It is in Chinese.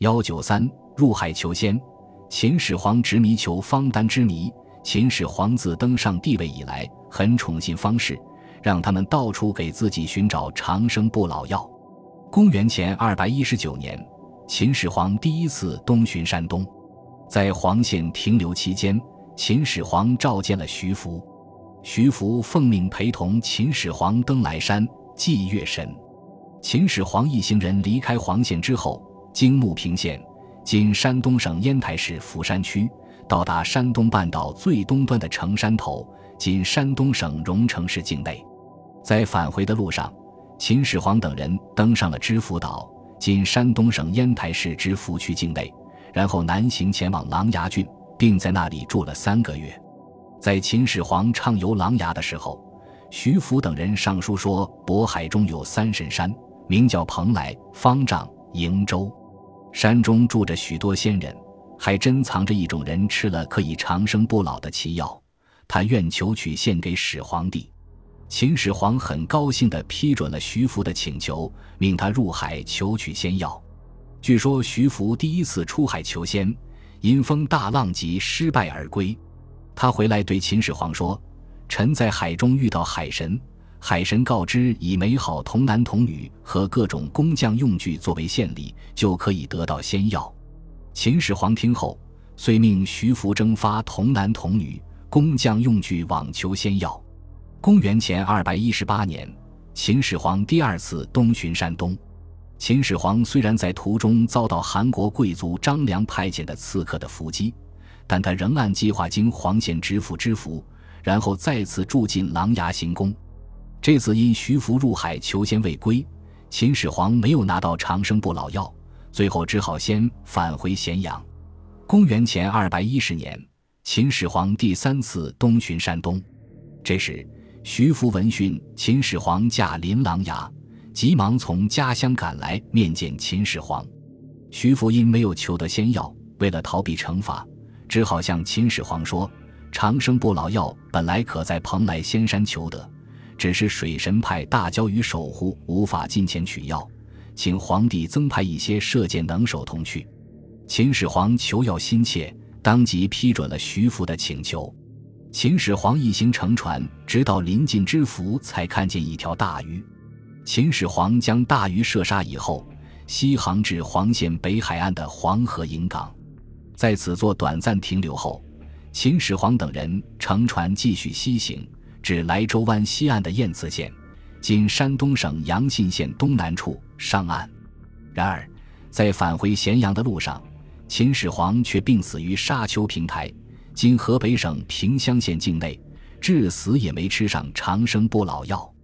193入海求仙。秦始皇执迷求方丹之谜。秦始皇自登上帝位以来，很宠信方士，让他们到处给自己寻找长生不老药。公元前219年，秦始皇第一次东巡山东，在黄县停留期间，秦始皇召见了徐福。徐福奉命陪同秦始皇登莱山祭月神。秦始皇一行人离开黄县之后，经牟平县（今山东省烟台市福山区），到达山东半岛最东端的城山头（今山东省荣成市境内）。在返回的路上，秦始皇等人登上了知府岛（今山东省烟台市知府区境内），然后南行前往琅琊郡，并在那里住了3个月。在秦始皇畅游琅琊的时候，徐福等人上书说，渤海中有3神山，名叫蓬莱、方丈、瀛洲，山中住着许多仙人，还珍藏着一种人吃了可以长生不老的奇药，他愿求取献给始皇帝。秦始皇很高兴地批准了徐福的请求，命他入海求取仙药。据说徐福第一次出海求仙，因风大浪急失败而归。他回来对秦始皇说，臣在海中遇到海神，海神告知以美好童男童女和各种工匠用具作为献礼，就可以得到仙药。秦始皇听后，遂命徐福征发童男童女、工匠用具往求仙药。公元前218年，秦始皇第2次东巡山东。秦始皇虽然在途中遭到韩国贵族张良派遣的刺客的伏击，但他仍按计划经黄县知府知府，然后再次住进琅琊行宫。这次因徐福入海求仙未归，秦始皇没有拿到长生不老药，最后只好先返回咸阳。公元前210年，秦始皇第3次东巡山东。这时徐福闻讯秦始皇驾临琅琊，急忙从家乡赶来面见秦始皇。徐福因没有求得仙药，为了逃避惩罚，只好向秦始皇说，长生不老药本来可在蓬莱仙山求得，只是水神派大鲛鱼守护，无法进前取药，请皇帝增派一些射箭能手同去。秦始皇求药心切，当即批准了徐福的请求。秦始皇一行乘船直到临近知府，才看见一条大鱼。秦始皇将大鱼射杀以后，西航至黄县北海岸的黄河营港，在此做短暂停留后，秦始皇等人乘船继续西行，至莱州湾西岸的燕慈县（今山东省阳信县东南处）上岸。然而在返回咸阳的路上，秦始皇却病死于沙丘平台（今河北省平乡县境内），至死也没吃上长生不老药。